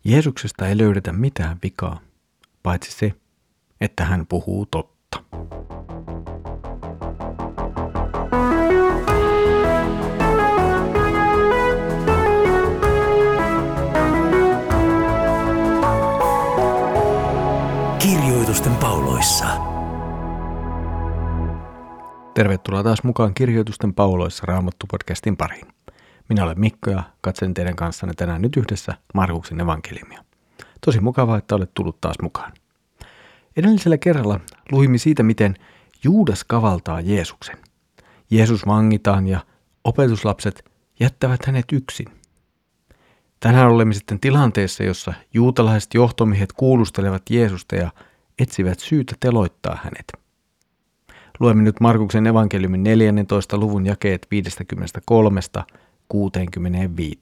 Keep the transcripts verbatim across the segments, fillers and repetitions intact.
Jeesuksesta ei löydetä mitään vikaa, paitsi se, että hän puhuu totta. Kirjoitusten pauloissa. Tervetuloa taas mukaan Kirjoitusten pauloissa Raamattu-podcastin pariin. Minä olen Mikko ja katsen teidän kanssanne tänään nyt yhdessä Markuksen evankeliumia. Tosi mukavaa, että olet tullut taas mukaan. Edellisellä kerralla luimme siitä, miten Juudas kavaltaa Jeesuksen. Jeesus vangitaan ja opetuslapset jättävät hänet yksin. Tänään olemme sitten tilanteessa, jossa juutalaiset johtomiehet kuulustelevat Jeesusta ja etsivät syytä teloittaa hänet. Luemme nyt Markuksen evankeliumin neljännentoista luvun jakeet viisikymmentäkolme kuuteenkymmeneenviiteen.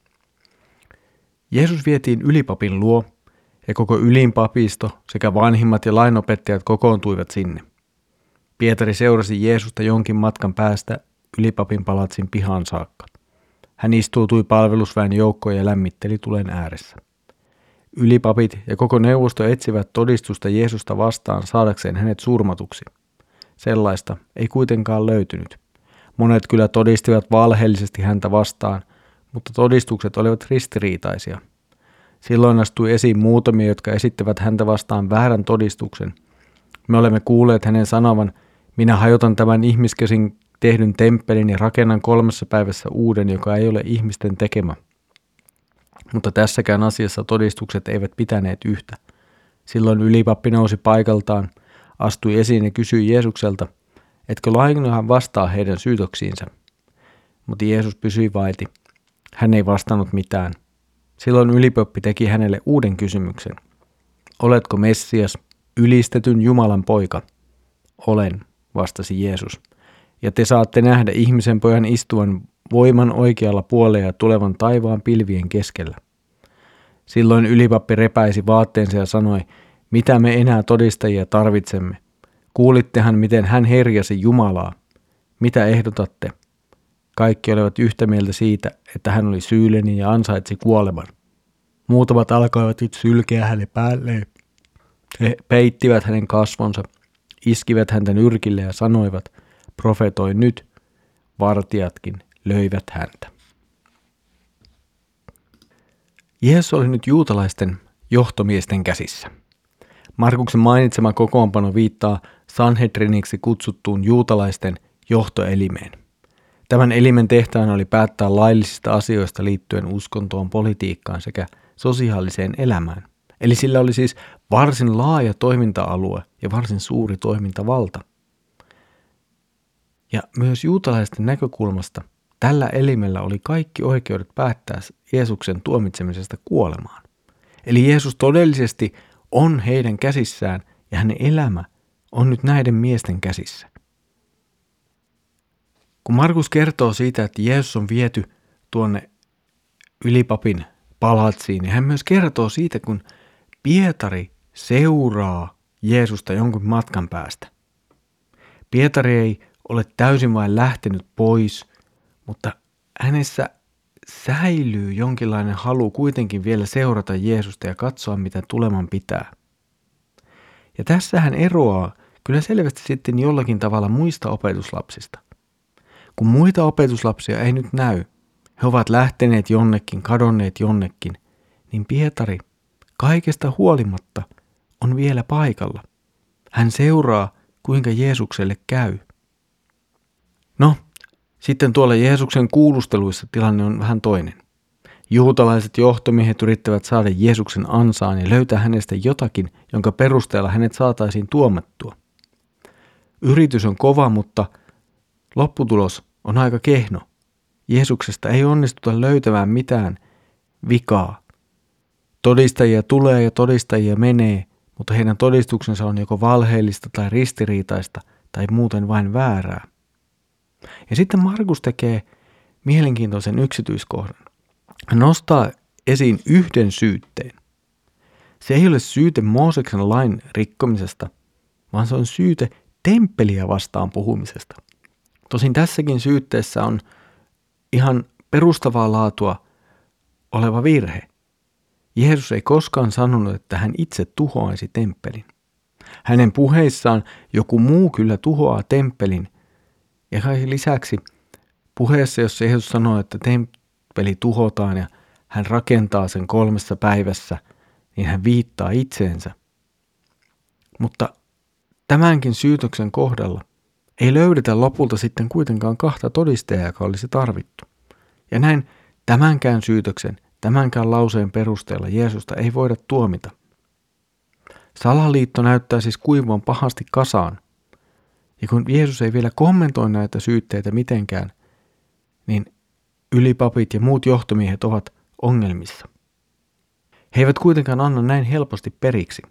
Jeesus vietiin ylipapin luo, ja koko ylinpapisto sekä vanhimmat ja lainopettajat kokoontuivat sinne. Pietari seurasi Jeesusta jonkin matkan päästä ylipapin palatsin pihaan saakka. Hän istuutui palvelusväen joukkoon ja lämmitteli tulen ääressä. Ylipapit ja koko neuvosto etsivät todistusta Jeesusta vastaan saadakseen hänet surmatuksi. Sellaista ei kuitenkaan löytynyt. Monet kyllä todistivat valheellisesti häntä vastaan, mutta todistukset olivat ristiriitaisia. Silloin astui esiin muutamia, jotka esittävät häntä vastaan väärän todistuksen. Me olemme kuulleet hänen sanovan, minä hajotan tämän ihmiskäsin tehdyn temppelin ja rakennan kolmessa päivässä uuden, joka ei ole ihmisten tekemä. Mutta tässäkään asiassa todistukset eivät pitäneet yhtä. Silloin ylipappi nousi paikaltaan, astui esiin ja kysyi Jeesukselta, etkö lainkaan vastaa heidän syytöksiinsä. Mutta Jeesus pysyi vaiti. Hän ei vastannut mitään. Silloin ylipappi teki hänelle uuden kysymyksen. Oletko Messias, ylistetyn Jumalan poika? Olen, vastasi Jeesus. Ja te saatte nähdä ihmisen pojan istuvan voiman oikealla puolella ja tulevan taivaan pilvien keskellä. Silloin ylipappi repäisi vaatteensa ja sanoi, mitä me enää todistajia tarvitsemme. Kuulittehan, miten hän herjasi Jumalaa. Mitä ehdotatte? Kaikki olivat yhtä mieltä siitä, että hän oli syyllinen ja ansaitsi kuoleman. Muutamat alkoivat nyt sylkeä hänen päälleen. He peittivät hänen kasvonsa, iskivät häntä nyrkille ja sanoivat, profetoi nyt, vartijatkin löivät häntä. Jeesus oli nyt juutalaisten johtomiesten käsissä. Markuksen mainitsema kokoonpano viittaa Sanhedriniksi kutsuttuun juutalaisten johtoelimeen. Tämän elimen tehtävänä oli päättää laillisista asioista liittyen uskontoon, politiikkaan sekä sosiaaliseen elämään. Eli sillä oli siis varsin laaja toiminta-alue ja varsin suuri toimintavalta. Ja myös juutalaisten näkökulmasta tällä elimellä oli kaikki oikeudet päättää Jeesuksen tuomitsemisesta kuolemaan. Eli Jeesus todellisesti on heidän käsissään ja hänen elämä on nyt näiden miesten käsissä. Kun Markus kertoo siitä, että Jeesus on viety tuonne ylipapin palatsiin, niin hän myös kertoo siitä, kun Pietari seuraa Jeesusta jonkun matkan päästä. Pietari ei ole täysin vain lähtenyt pois, mutta hänessä säilyy jonkinlainen halu kuitenkin vielä seurata Jeesusta ja katsoa, mitä tuleman pitää. Ja tässä hän eroaa kyllä selvästi sitten jollakin tavalla muista opetuslapsista. Kun muita opetuslapsia ei nyt näy, he ovat lähteneet jonnekin, kadonneet jonnekin, niin Pietari kaikesta huolimatta on vielä paikalla. Hän seuraa, kuinka Jeesukselle käy. No, sitten tuolla Jeesuksen kuulusteluissa tilanne on vähän toinen. Juutalaiset johtomiehet yrittävät saada Jeesuksen ansaan ja löytää hänestä jotakin, jonka perusteella hänet saataisiin tuomittua. Yritys on kova, mutta lopputulos on aika kehno. Jeesuksesta ei onnistuta löytämään mitään vikaa. Todistajia tulee ja todistajia menee, mutta heidän todistuksensa on joko valheellista tai ristiriitaista tai muuten vain väärää. Ja sitten Markus tekee mielenkiintoisen yksityiskohdan. Hän nostaa esiin yhden syytteen. Se ei ole syyte Mooseksen lain rikkomisesta, vaan se on syyte temppeliä vastaan puhumisesta. Tosin tässäkin syytteessä on ihan perustavaa laatua oleva virhe. Jeesus ei koskaan sanonut, että hän itse tuhoaisi temppelin. Hänen puheissaan joku muu kyllä tuhoaa temppelin. Ja lisäksi puheessa, jossa Jeesus sanoo, että temppeli tuhotaan ja hän rakentaa sen kolmessa päivässä, niin hän viittaa itseensä. Mutta tämänkin syytöksen kohdalla ei löydetä lopulta sitten kuitenkaan kahta todistajaa, joka olisi tarvittu. Ja näin tämänkään syytöksen, tämänkään lauseen perusteella Jeesusta ei voida tuomita. Salaliitto näyttää siis kuivuvan pahasti kasaan. Ja kun Jeesus ei vielä kommentoi näitä syytteitä mitenkään, niin ylipapit ja muut johtomiehet ovat ongelmissa. He eivät kuitenkaan anna näin helposti periksi.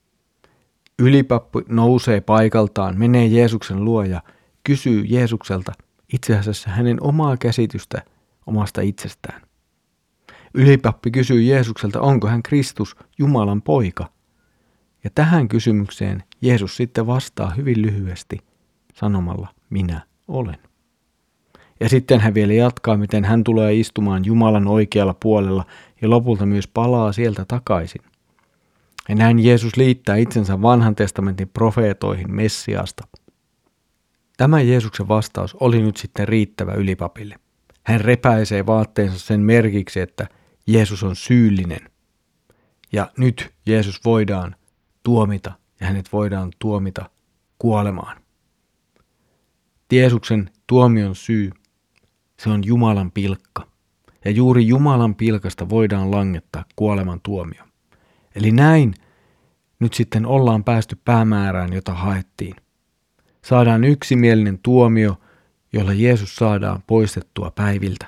Ylipappi nousee paikaltaan, menee Jeesuksen luo ja kysyy Jeesukselta itse asiassa hänen omaa käsitystä omasta itsestään. Ylipappi kysyy Jeesukselta, onko hän Kristus, Jumalan poika. Ja tähän kysymykseen Jeesus sitten vastaa hyvin lyhyesti sanomalla, minä olen. Ja sitten hän vielä jatkaa, miten hän tulee istumaan Jumalan oikealla puolella ja lopulta myös palaa sieltä takaisin. Ja näin Jeesus liittää itsensä vanhan testamentin profeetoihin Messiasta. Tämä Jeesuksen vastaus oli nyt sitten riittävä ylipapille. Hän repäisee vaatteensa sen merkiksi, että Jeesus on syyllinen. Ja nyt Jeesus voidaan tuomita ja hänet voidaan tuomita kuolemaan. Jeesuksen tuomion syy, se on Jumalan pilkka. Ja juuri Jumalan pilkasta voidaan langettaa kuoleman tuomio. Eli näin nyt sitten ollaan päästy päämäärään, jota haettiin. Saadaan yksimielinen tuomio, jolla Jeesus saadaan poistettua päiviltä.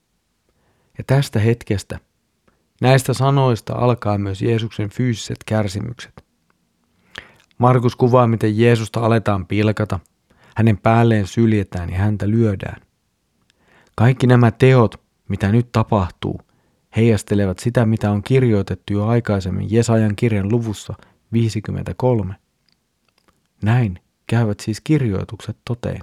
Ja tästä hetkestä, näistä sanoista alkaa myös Jeesuksen fyysiset kärsimykset. Markus kuvaa, miten Jeesusta aletaan pilkata, hänen päälleen syljetään ja häntä lyödään. Kaikki nämä teot, mitä nyt tapahtuu, heijastelevat sitä, mitä on kirjoitettu jo aikaisemmin Jesajan kirjan luvussa viisikymmentäkolme. Näin käyvät siis kirjoitukset toteen.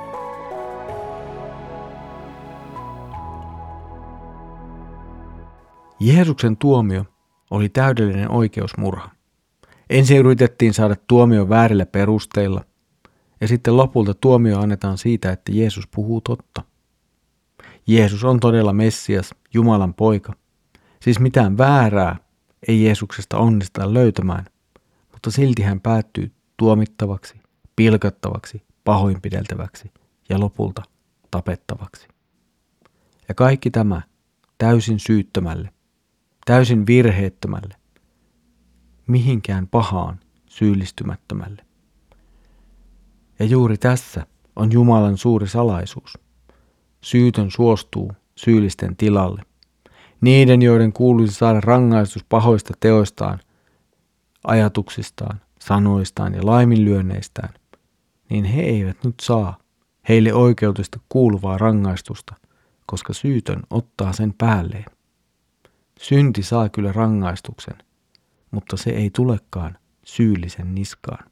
Jeesuksen tuomio oli täydellinen oikeusmurha. Ensin yritettiin saada tuomio väärillä perusteilla, ja sitten lopulta tuomio annetaan siitä, että Jeesus puhuu totta. Jeesus on todella Messias, Jumalan poika. Siis mitään väärää ei Jeesuksesta onnisteta löytämään, mutta silti hän päättyy tuomittavaksi, pilkattavaksi, pahoinpideltäväksi ja lopulta tapettavaksi. Ja kaikki tämä täysin syyttömälle, täysin virheettömälle, mihinkään pahaan syyllistymättömälle. Ja juuri tässä on Jumalan suuri salaisuus. Syytön suostuu syyllisten tilalle. Niiden, joiden kuuluisi saada rangaistus pahoista teoistaan, ajatuksistaan, sanoistaan ja laiminlyönneistään, niin he eivät nyt saa heille oikeutusta kuuluvaa rangaistusta, koska syytön ottaa sen päälleen. Synti saa kyllä rangaistuksen, mutta se ei tulekaan syyllisen niskaan.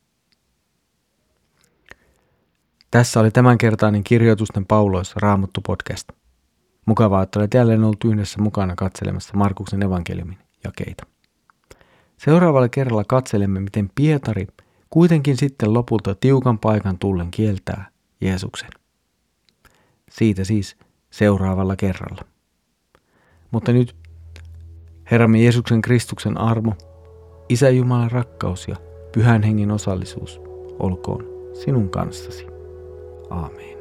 Tässä oli tämänkertainen Kirjoitusten pauloissa Raamattu podcast. Mukavaa, että olet jälleen ollut yhdessä mukana katselemassa Markuksen evankeliumin jakeita. Seuraavalla kerralla katselemme, miten Pietari kuitenkin sitten lopulta tiukan paikan tullen kieltää Jeesuksen. Siitä siis seuraavalla kerralla. Mutta nyt Herramme Jeesuksen Kristuksen armo, Isä Jumalan rakkaus ja Pyhän Hengen osallisuus olkoon sinun kanssasi. Aamen.